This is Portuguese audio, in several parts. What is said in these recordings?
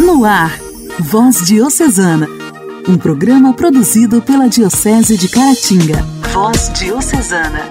No ar, Voz Diocesana, um programa produzido pela Diocese de Caratinga. Voz Diocesana.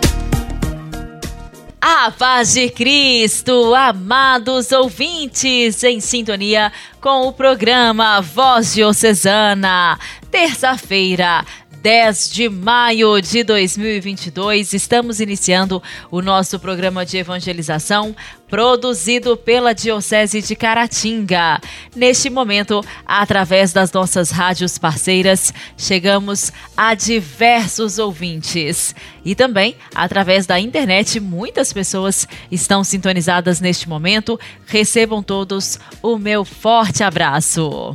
A paz de Cristo, amados ouvintes, em sintonia com o programa Voz Diocesana. Terça-feira, 10 de maio de 2022, estamos iniciando o nosso programa de evangelização produzido pela Diocese de Caratinga. Neste momento, através das nossas rádios parceiras, chegamos a diversos ouvintes. E também, através da internet, muitas pessoas estão sintonizadas neste momento. Recebam todos o meu forte abraço.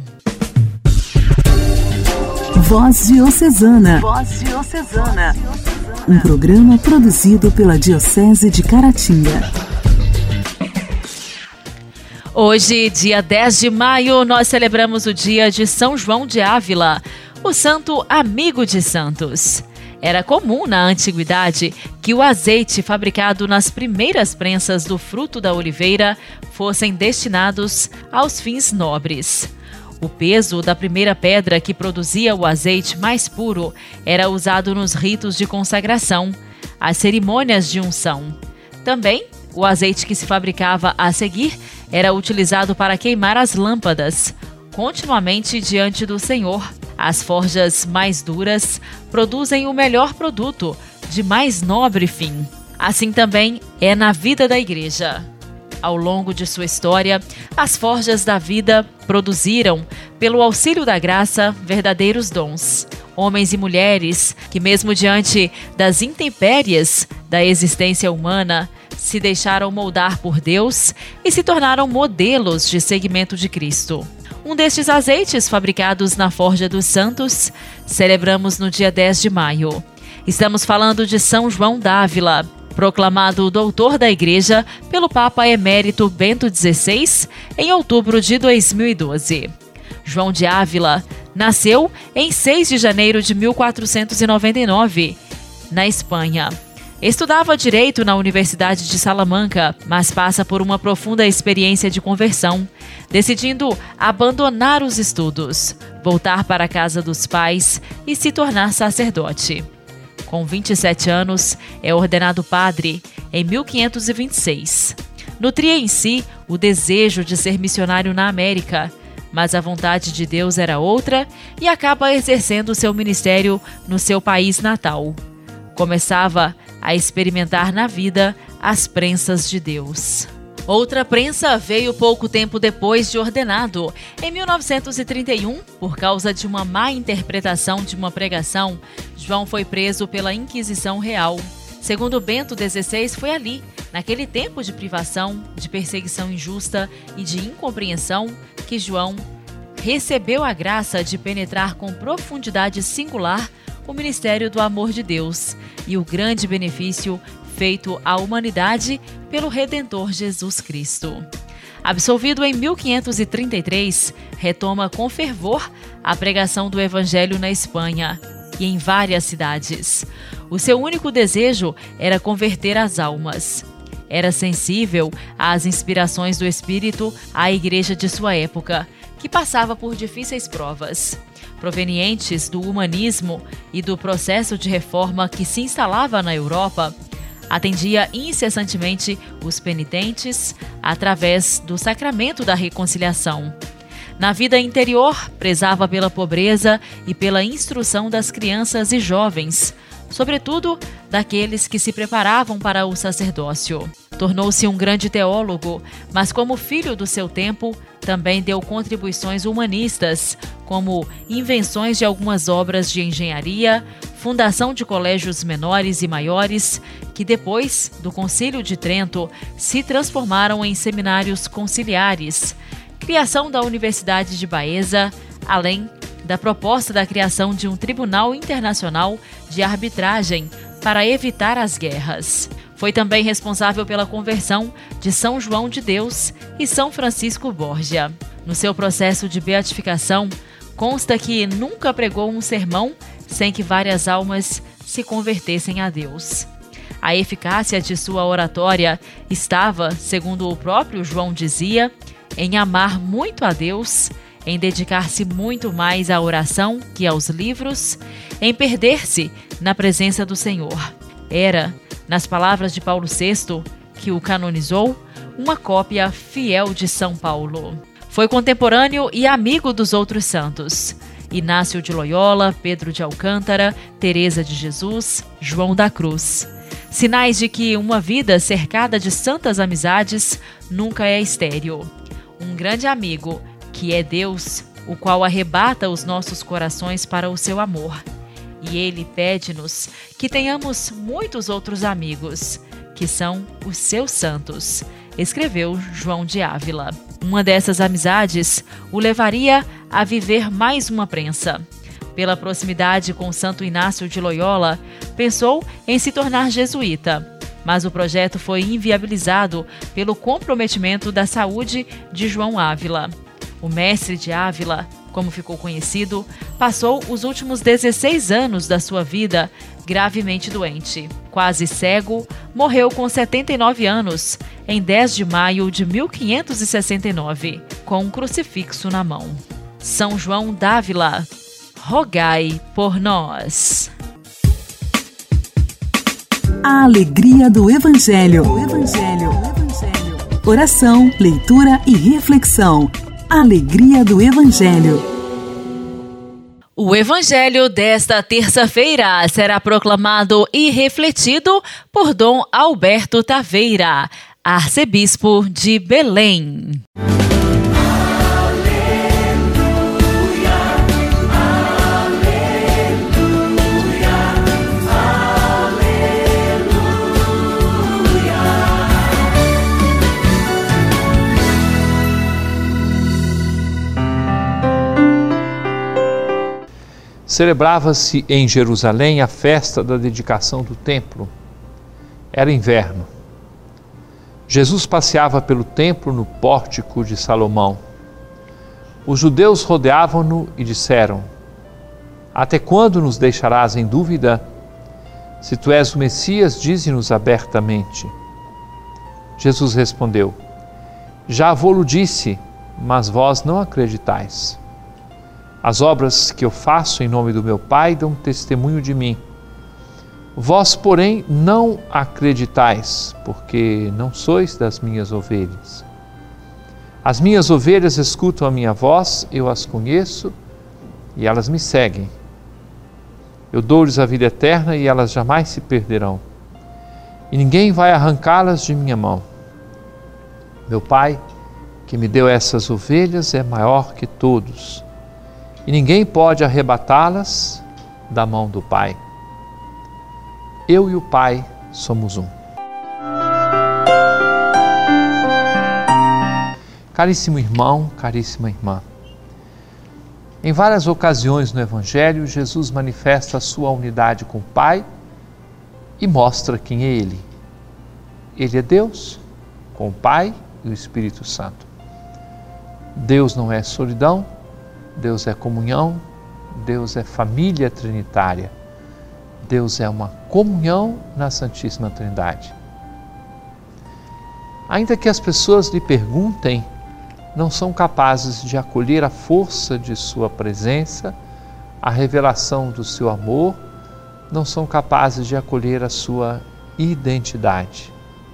Voz Diocesana. Voz Diocesana. Um programa produzido pela Diocese de Caratinga. Hoje, dia 10 de maio, nós celebramos o dia de São João de Ávila, o santo amigo de santos. Era comum na antiguidade que o azeite fabricado nas primeiras prensas do fruto da oliveira fossem destinados aos fins nobres. O peso da primeira pedra que produzia o azeite mais puro era usado nos ritos de consagração, as cerimônias de unção. Também, o azeite que se fabricava a seguir era utilizado para queimar as lâmpadas, continuamente diante do Senhor. As forjas mais duras produzem o melhor produto, de mais nobre fim. Assim também é na vida da Igreja. Ao longo de sua história, as forjas da vida produziram, pelo auxílio da graça, verdadeiros dons. Homens e mulheres que, mesmo diante das intempéries da existência humana, se deixaram moldar por Deus e se tornaram modelos de seguimento de Cristo. Um destes azeites fabricados na Forja dos Santos, celebramos no dia 10 de maio. Estamos falando de São João d'Ávila, proclamado doutor da Igreja pelo Papa Emérito Bento XVI em outubro de 2012. João de Ávila nasceu em 6 de janeiro de 1499, na Espanha. Estudava Direito na Universidade de Salamanca, mas passa por uma profunda experiência de conversão, decidindo abandonar os estudos, voltar para a casa dos pais e se tornar sacerdote. Com 27 anos, é ordenado padre em 1526. Nutria em si o desejo de ser missionário na América, mas a vontade de Deus era outra e acaba exercendo seu ministério no seu país natal. Começava a experimentar na vida as prensas de Deus. Outra prensa veio pouco tempo depois de ordenado. Em 1931, por causa de uma má interpretação de uma pregação, João foi preso pela Inquisição Real. Segundo Bento XVI, foi ali, naquele tempo de privação, de perseguição injusta e de incompreensão, que João recebeu a graça de penetrar com profundidade singular o ministério do amor de Deus e o grande benefício feito à humanidade pelo Redentor Jesus Cristo. Absolvido em 1533, retoma com fervor a pregação do Evangelho na Espanha e em várias cidades. O seu único desejo era converter as almas. Era sensível às inspirações do Espírito à igreja de sua época, que passava por difíceis provas. Provenientes do humanismo e do processo de reforma que se instalava na Europa, atendia incessantemente os penitentes através do sacramento da reconciliação. Na vida interior, prezava pela pobreza e pela instrução das crianças e jovens, sobretudo daqueles que se preparavam para o sacerdócio. Tornou-se um grande teólogo, mas como filho do seu tempo, também deu contribuições humanistas, como invenções de algumas obras de engenharia, fundação de colégios menores e maiores, que depois do Concílio de Trento se transformaram em seminários conciliares, criação da Universidade de Baeza, além da proposta da criação de um Tribunal Internacional de Arbitragem para evitar as guerras. Foi também responsável pela conversão de São João de Deus e São Francisco Borgia. No seu processo de beatificação, consta que nunca pregou um sermão sem que várias almas se convertessem a Deus. A eficácia de sua oratória estava, segundo o próprio João dizia, em amar muito a Deus, em dedicar-se muito mais à oração que aos livros, em perder-se na presença do Senhor. Era, nas palavras de Paulo VI, que o canonizou, uma cópia fiel de São Paulo. Foi contemporâneo e amigo dos outros santos: Inácio de Loyola, Pedro de Alcântara, Teresa de Jesus, João da Cruz. Sinais de que uma vida cercada de santas amizades nunca é estéril. Um grande amigo, que é Deus, o qual arrebata os nossos corações para o seu amor. E Ele pede-nos que tenhamos muitos outros amigos, que são os seus santos, escreveu João de Ávila. Uma dessas amizades o levaria a viver mais uma prensa. Pela proximidade com Santo Inácio de Loyola, pensou em se tornar jesuíta, mas o projeto foi inviabilizado pelo comprometimento da saúde de João Ávila. O mestre de Ávila, como ficou conhecido, passou os últimos 16 anos da sua vida gravemente doente. Quase cego, morreu com 79 anos, em 10 de maio de 1569, com um crucifixo na mão. São João d'Ávila, rogai por nós. A alegria do Evangelho. Oração, leitura e reflexão. Alegria do Evangelho. O Evangelho desta terça-feira será proclamado e refletido por Dom Alberto Taveira, arcebispo de Belém. Celebrava-se em Jerusalém a festa da dedicação do templo. Era inverno. Jesus passeava pelo templo no pórtico de Salomão. Os judeus rodeavam-no e disseram: até quando nos deixarás em dúvida? Se tu és o Messias, dize-nos abertamente. Jesus respondeu: já vô-lo disse, mas vós não acreditais. As obras que eu faço em nome do meu Pai dão testemunho de mim. Vós, porém, não acreditais, porque não sois das minhas ovelhas. As minhas ovelhas escutam a minha voz, eu as conheço e elas me seguem. Eu dou-lhes a vida eterna e elas jamais se perderão. E ninguém vai arrancá-las de minha mão. Meu Pai, que me deu essas ovelhas, é maior que todos. E ninguém pode arrebatá-las da mão do Pai. Eu e o Pai somos um. Caríssimo irmão, caríssima irmã, em várias ocasiões no Evangelho, Jesus manifesta a sua unidade com o Pai e mostra quem é Ele. Ele é Deus, com o Pai e o Espírito Santo. Deus não é solidão, Deus é comunhão, Deus é família trinitária. Deus é uma comunhão na Santíssima Trindade. Ainda que as pessoas lhe perguntem, não são capazes de acolher a força de sua presença, a revelação do seu amor, não são capazes de acolher a sua identidade.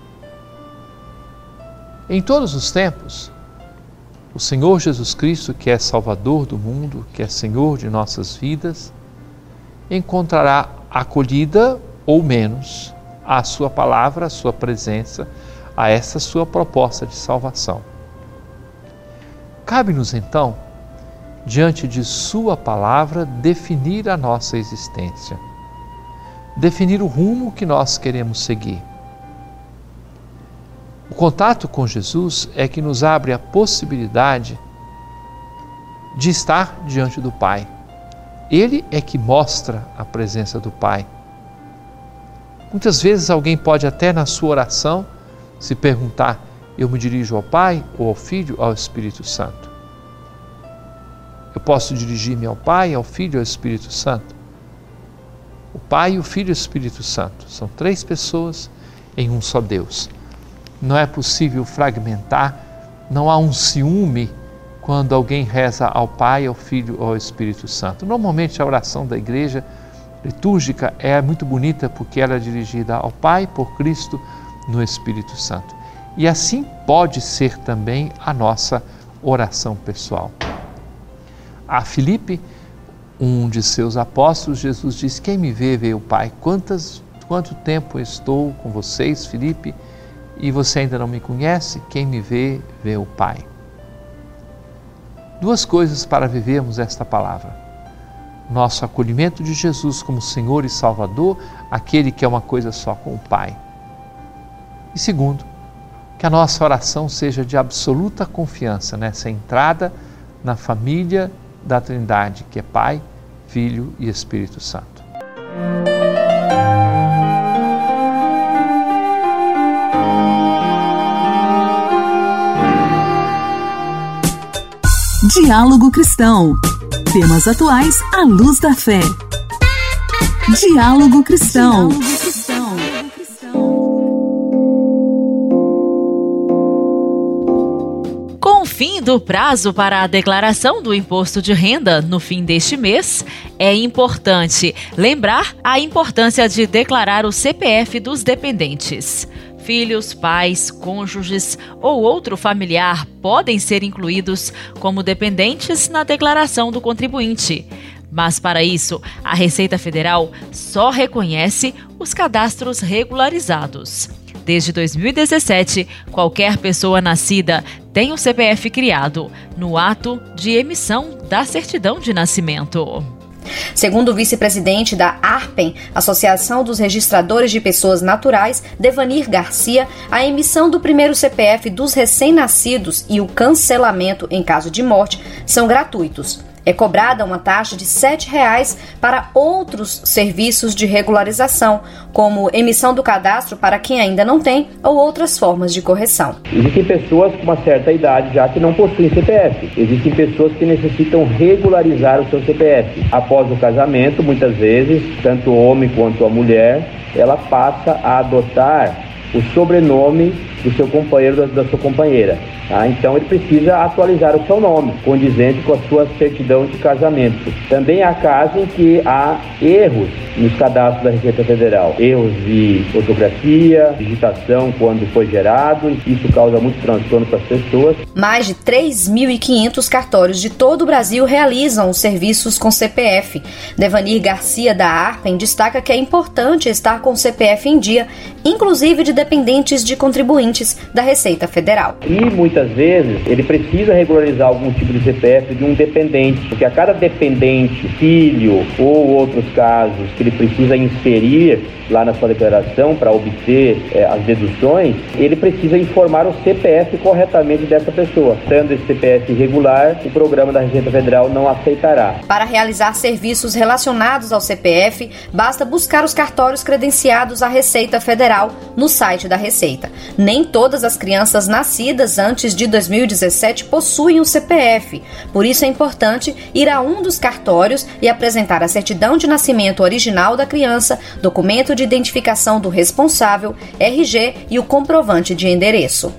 Em todos os tempos, o Senhor Jesus Cristo, que é Salvador do mundo, que é Senhor de nossas vidas, encontrará acolhida ou menos a sua palavra, a sua presença, a essa sua proposta de salvação. Cabe-nos então, diante de sua palavra, definir a nossa existência, definir o rumo que nós queremos seguir. O contato com Jesus é que nos abre a possibilidade de estar diante do Pai. Ele é que mostra a presença do Pai. Muitas vezes alguém pode até na sua oração se perguntar: eu me dirijo ao Pai ou ao Filho ou ao Espírito Santo? Eu posso dirigir-me ao Pai, ao Filho ou ao Espírito Santo? O Pai, o Filho e o Espírito Santo são três pessoas em um só Deus. Não é possível fragmentar, não há um ciúme quando alguém reza ao Pai, ao Filho ou ao Espírito Santo. Normalmente a oração da igreja litúrgica é muito bonita porque ela é dirigida ao Pai, por Cristo, no Espírito Santo. E assim pode ser também a nossa oração pessoal. A Filipe, um de seus apóstolos, Jesus disse: quem me vê, vê o Pai. Quanto tempo eu estou com vocês, Filipe, e você ainda não me conhece? Quem me vê, vê o Pai. Duas coisas para vivermos esta palavra: nosso acolhimento de Jesus como Senhor e Salvador, aquele que é uma coisa só com o Pai. E segundo, que a nossa oração seja de absoluta confiança nessa entrada na família da Trindade, que é Pai, Filho e Espírito Santo. Diálogo Cristão. Temas atuais à luz da fé. Diálogo Cristão. Com o fim do prazo para a declaração do imposto de renda no fim deste mês, é importante lembrar a importância de declarar o CPF dos dependentes. Filhos, pais, cônjuges ou outro familiar podem ser incluídos como dependentes na declaração do contribuinte. Mas, para isso, a Receita Federal só reconhece os cadastros regularizados. Desde 2017, qualquer pessoa nascida tem o CPF criado no ato de emissão da certidão de nascimento. Segundo o vice-presidente da ARPEN, Associação dos Registradores de Pessoas Naturais, Devanir Garcia, a emissão do primeiro CPF dos recém-nascidos e o cancelamento em caso de morte são gratuitos. É cobrada uma taxa de R$ 7,00 para outros serviços de regularização, como emissão do cadastro para quem ainda não tem ou outras formas de correção. Existem pessoas com uma certa idade já que não possuem CPF. Existem pessoas que necessitam regularizar o seu CPF. Após o casamento, muitas vezes, tanto o homem quanto a mulher, ela passa a adotar o sobrenome do seu companheiro, da sua companheira. Então ele precisa atualizar o seu nome, condizente com a sua certidão de casamento. Também há casos em que há erros nos cadastros da Receita Federal. Erros de ortografia, digitação quando foi gerado, isso causa muito transtorno para as pessoas. Mais de 3.500 cartórios de todo o Brasil realizam os serviços com CPF. Devanir Garcia, da ARPEN, destaca que é importante estar com o CPF em dia, inclusive de dependentes de contribuintes da Receita Federal. E muitas vezes ele precisa regularizar algum tipo de CPF de um dependente, porque a cada dependente, filho ou outros casos que ele precisa inserir lá na sua declaração para obter as deduções, ele precisa informar o CPF corretamente dessa pessoa. Tendo esse CPF irregular, o programa da Receita Federal não aceitará. Para realizar serviços relacionados ao CPF, basta buscar os cartórios credenciados à Receita Federal no site da Receita. Nem todas as crianças nascidas antes de 2017 possuem um CPF. Por isso é importante ir a um dos cartórios e apresentar a certidão de nascimento original da criança, documento de identificação do responsável, RG e o comprovante de endereço.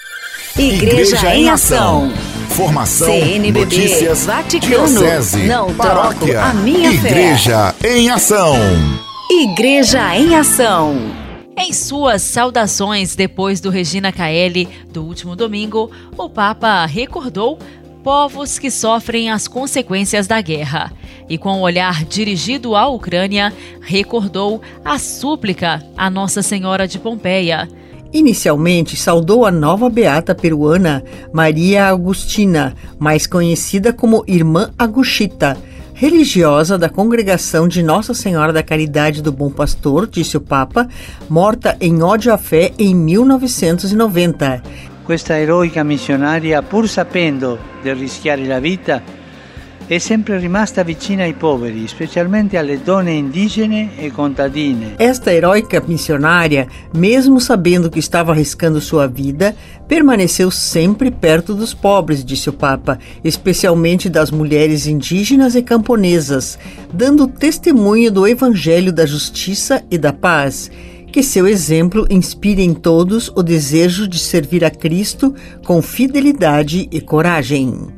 Igreja em Ação. Formação, CNBB, notícias, Vaticano, diocese, não paróquia, troco a minha Igreja fé. Em Ação. Igreja em Ação. Em suas saudações depois do Regina Coeli do último domingo, o Papa recordou povos que sofrem as consequências da guerra e, com o olhar dirigido à Ucrânia, recordou a súplica à Nossa Senhora de Pompeia. Inicialmente, saudou a nova beata peruana Maria Agustina, mais conhecida como Irmã Aguchita, religiosa da congregação de Nossa Senhora da Caridade do Bom Pastor, disse o Papa, morta em ódio à fé em 1990. Questa eroica missionaria, pur sapendo di rischiare la vita, è sempre rimasta vicina ai poveri, specialmente alle donne indigene e contadine. Esta heróica missionária, mesmo sabendo que estava arriscando sua vida, permaneceu sempre perto dos pobres, disse o Papa, especialmente das mulheres indígenas e camponesas, dando testemunho do Evangelho da Justiça e da Paz. Que seu exemplo inspire em todos o desejo de servir a Cristo com fidelidade e coragem.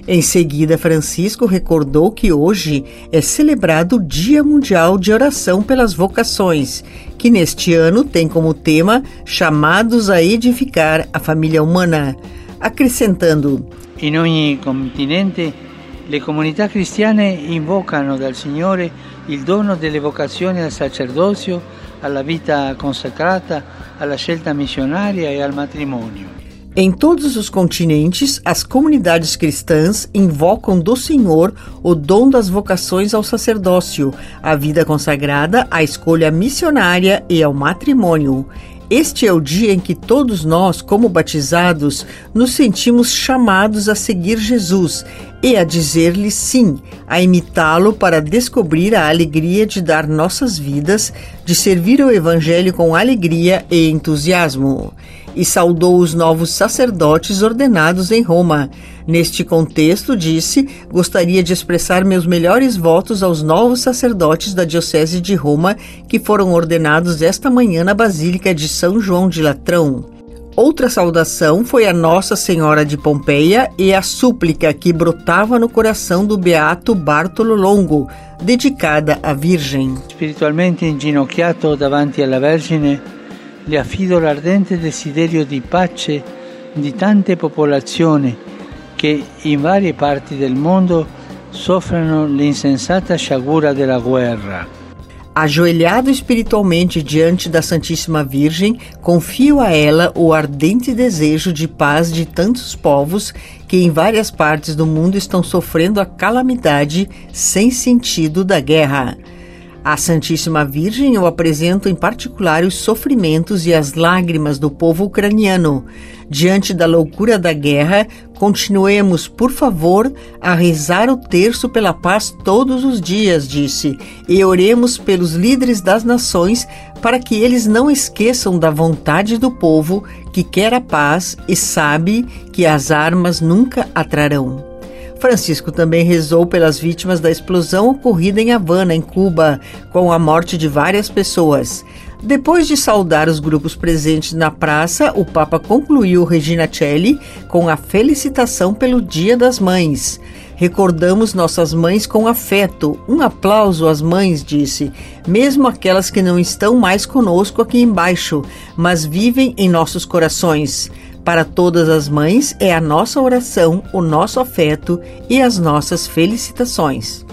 Em seguida, Francisco recordou que hoje é celebrado o Dia Mundial de Oração pelas Vocações, que neste ano tem como tema Chamados a Edificar a Família Humana, acrescentando: In ogni continente le comunità cristiane invocano dal Signore il dono delle vocazioni al sacerdozio, alla vita consacrata, alla scelta missionaria e al matrimonio. Em todos os continentes, as comunidades cristãs invocam do Senhor o dom das vocações ao sacerdócio, à vida consagrada, à escolha missionária e ao matrimônio. Este é o dia em que todos nós, como batizados, nos sentimos chamados a seguir Jesus e a dizer-lhe sim, a imitá-lo para descobrir a alegria de dar nossas vidas, de servir ao Evangelho com alegria e entusiasmo. E saudou os novos sacerdotes ordenados em Roma. Neste contexto, disse, gostaria de expressar meus melhores votos aos novos sacerdotes da Diocese de Roma que foram ordenados esta manhã na Basílica de São João de Latrão. Outra saudação foi a Nossa Senhora de Pompeia e a súplica que brotava no coração do beato Bartolo Longo, dedicada à Virgem. Spiritualmente inginocchiato davanti alla Vergine, le affido l'ardente desiderio di pace di tante popolazioni che in varie parti del mondo soffrono l'insensata sciagura della guerra. Ajoelhado espiritualmente diante da Santíssima Virgem, confio a ela o ardente desejo de paz de tantos povos que em várias partes do mundo estão sofrendo a calamidade sem sentido da guerra. À Santíssima Virgem eu apresento em particular os sofrimentos e as lágrimas do povo ucraniano. Diante da loucura da guerra, continuemos, por favor, a rezar o terço pela paz todos os dias, disse, e oremos pelos líderes das nações para que eles não esqueçam da vontade do povo que quer a paz e sabe que as armas nunca a trarão. Francisco também rezou pelas vítimas da explosão ocorrida em Havana, em Cuba, com a morte de várias pessoas. Depois de saudar os grupos presentes na praça, o Papa concluiu Regina Coeli com a felicitação pelo Dia das Mães. Recordamos nossas mães com afeto. Um aplauso às mães, disse, mesmo aquelas que não estão mais conosco aqui embaixo, mas vivem em nossos corações. Para todas as mães é a nossa oração, o nosso afeto e as nossas felicitações.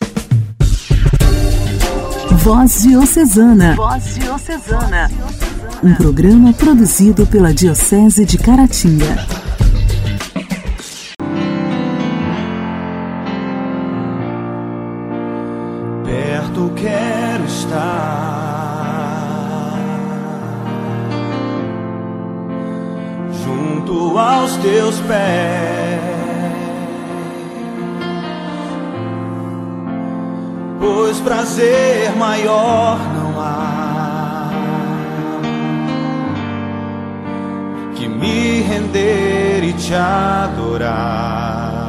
Voz Diocesana. Voz Diocesana. Um programa produzido pela Diocese de Caratinga. Perto quero estar, junto aos teus pés, pois prazer maior não há que me render e te adorar.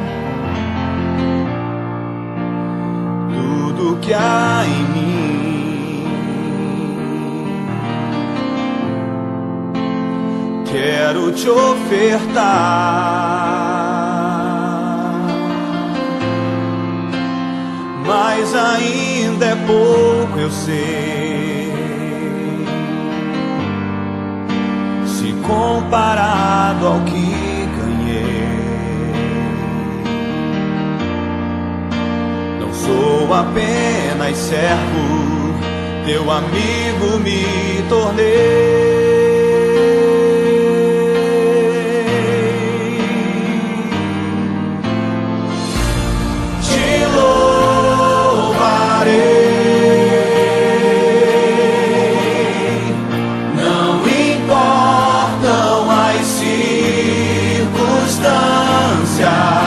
Tudo que há em mim quero te ofertar, mas ainda é pouco, eu sei, se comparado ao que sou apenas servo, teu amigo me tornei. Te louvarei, não importam as circunstâncias.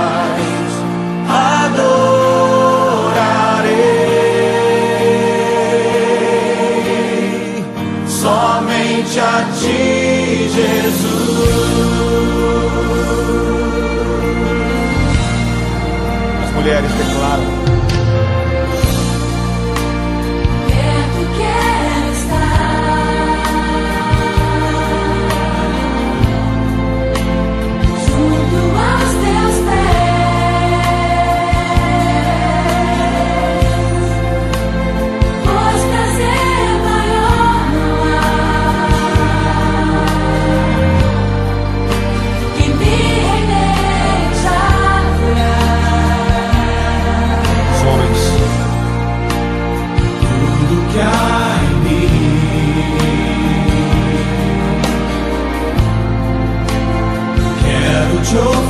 A ti, Jesus. As mulheres declaram: perto quero estar, junto aos teus pés.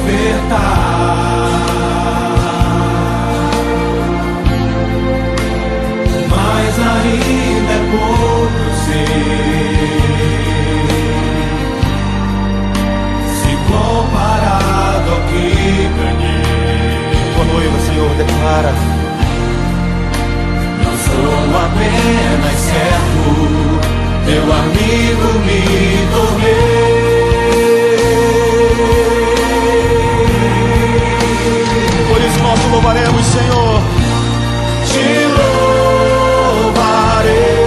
despertar. Mas ainda é pouco, se comparado ao que ganhei. Tua noiva, Senhor, declara: não sou apenas servo, teu amigo me tornei. Por isso nós te louvaremos, Senhor. Te louvarei.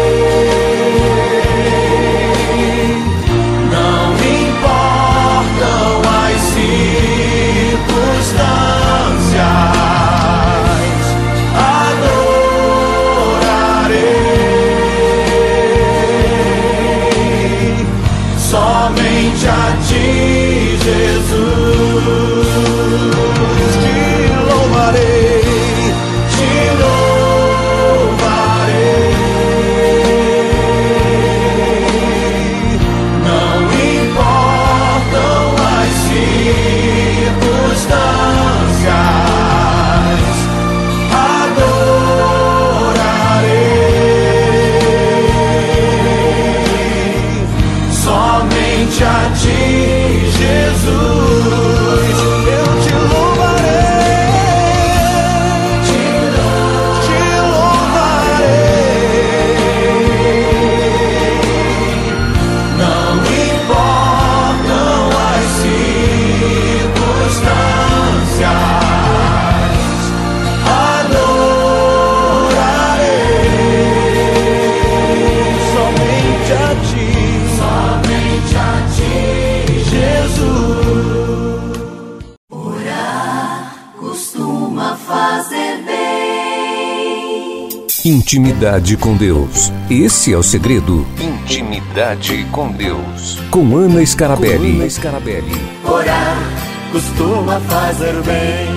Não importam as circunstâncias, adorarei somente a ti, Jesus. A ti, Jesus, eu te louvarei, te louvarei. Não importam as circunstâncias, adorarei somente a ti. Somente a ti, Jesus. Orar costuma fazer bem. Intimidade com Deus. Esse é o segredo. Intimidade com Deus. Com Ana Scarabelli. Orar costuma fazer bem.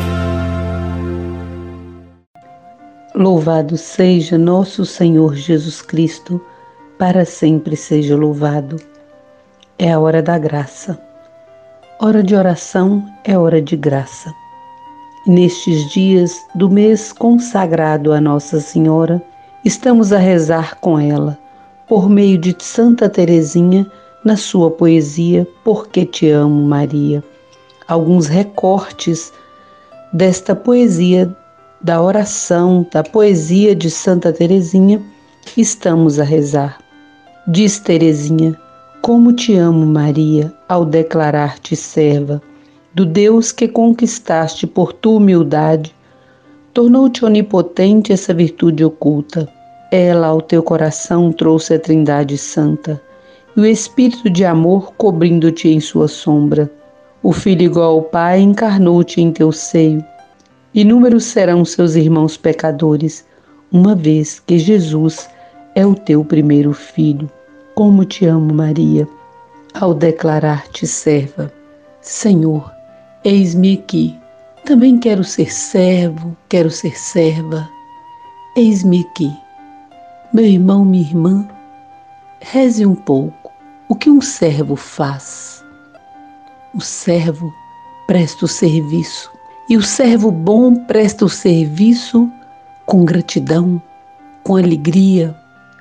Louvado seja nosso Senhor Jesus Cristo, para sempre seja louvado. É a hora da graça. Hora de oração é hora de graça. E nestes dias do mês consagrado a Nossa Senhora, estamos a rezar com ela, por meio de Santa Teresinha, na sua poesia Porque Te Amo, Maria. Alguns recortes desta poesia, da oração, da poesia de Santa Teresinha, estamos a rezar. Diz Teresinha: como te amo, Maria, ao declarar-te serva do Deus que conquistaste por tua humildade, tornou-te onipotente essa virtude oculta. Ela ao teu coração trouxe a Trindade Santa, e o Espírito de amor cobrindo-te em sua sombra. O Filho igual ao Pai encarnou-te em teu seio. Inúmeros serão seus irmãos pecadores, uma vez que Jesus é o teu primeiro filho. Como te amo, Maria, ao declarar-te serva. Senhor, eis-me aqui. Também quero ser servo, quero ser serva. Eis-me aqui. Meu irmão, minha irmã, reze um pouco. O que um servo faz? O servo presta o serviço. E o servo bom presta o serviço com gratidão, com alegria.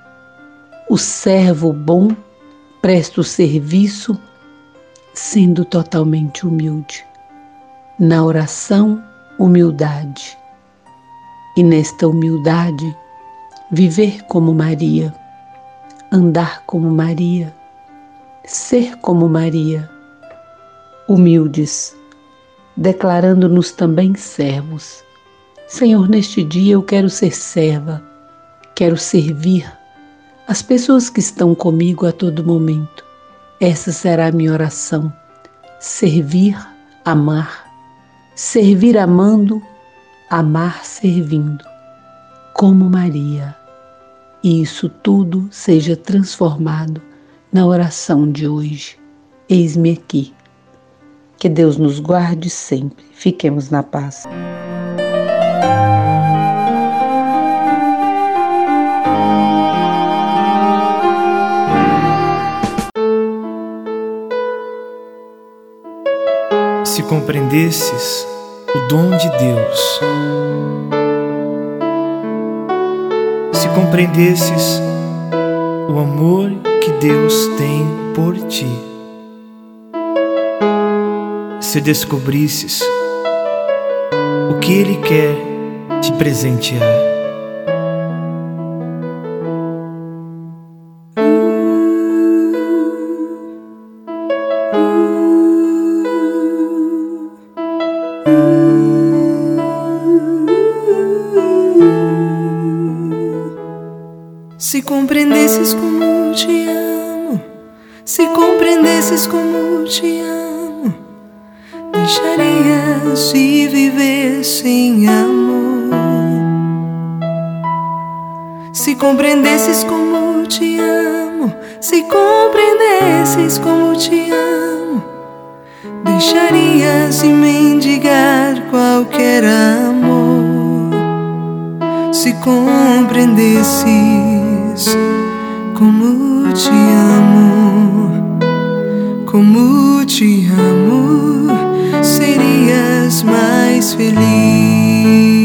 O servo bom presta o serviço sendo totalmente humilde. Na oração, humildade. E nesta humildade, viver como Maria, andar como Maria, ser como Maria, humildes, declarando-nos também servos. Senhor, neste dia eu quero ser serva, quero servir as pessoas que estão comigo a todo momento. Essa será a minha oração. Servir, amar. Servir amando, amar servindo. Como Maria. E isso tudo seja transformado na oração de hoje. Eis-me aqui. Que Deus nos guarde sempre. Fiquemos na paz. Se com compreendesses o dom de Deus, se compreendesses o amor que Deus tem por ti, se descobrisses o que Ele quer te presentear. Se compreendesses como te amo, se compreendesses como te amo, deixarias de viver sem amor. Se compreendesses como te amo, se compreendesses como te amo, deixarias de mendigar qualquer amor. Se compreendesses como te amo, serias mais feliz.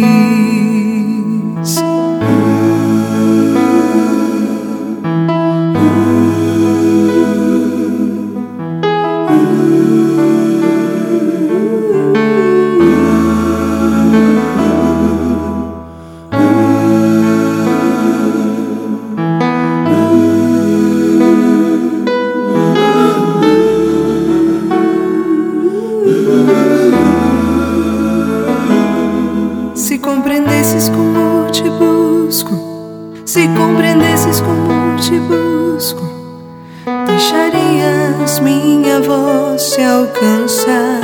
Se compreendesses como te busco, se compreendesses como te busco, deixarias minha voz te alcançar.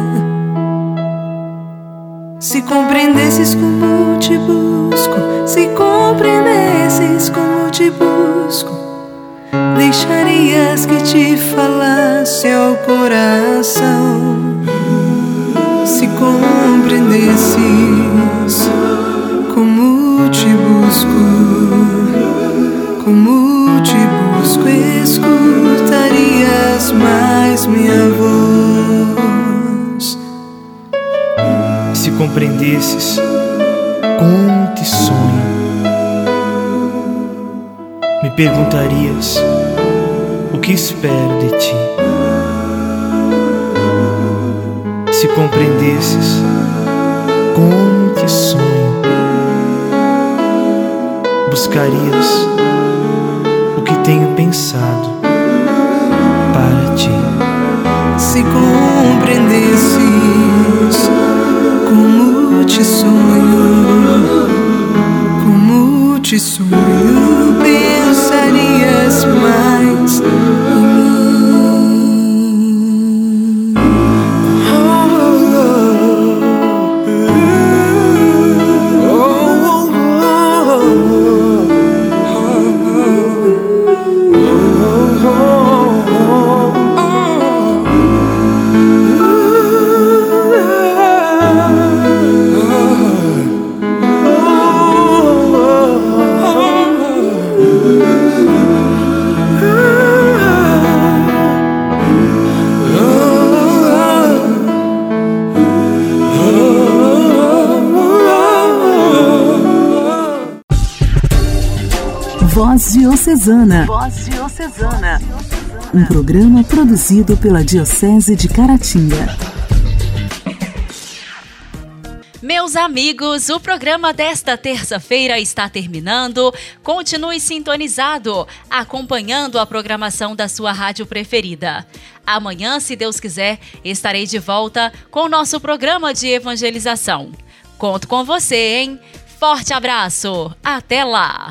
Se compreendesses como te busco, se compreendesses como te busco, deixarias que te falasse ao coração. Se compreendesses como te busco, escutarias mais minha voz. Se compreendesses como te sonho, me perguntarias o que espero de ti. Se compreendesses como te sonho, buscarias o que tenho pensado para ti. Se compreendesses como te sonho, pensarias mais em mim. Voz Diocesana. Voz Diocesana. Um programa produzido pela Diocese de Caratinga. Meus amigos, o programa desta terça-feira está terminando. Continue sintonizado, acompanhando a programação da sua rádio preferida. Amanhã, se Deus quiser, estarei de volta com o nosso programa de evangelização. Conto com você, hein? Forte abraço! Até lá!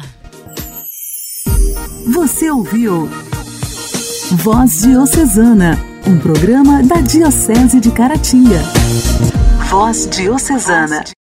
Você ouviu Voz Diocesana, um programa da Diocese de Caratinga. Voz Diocesana.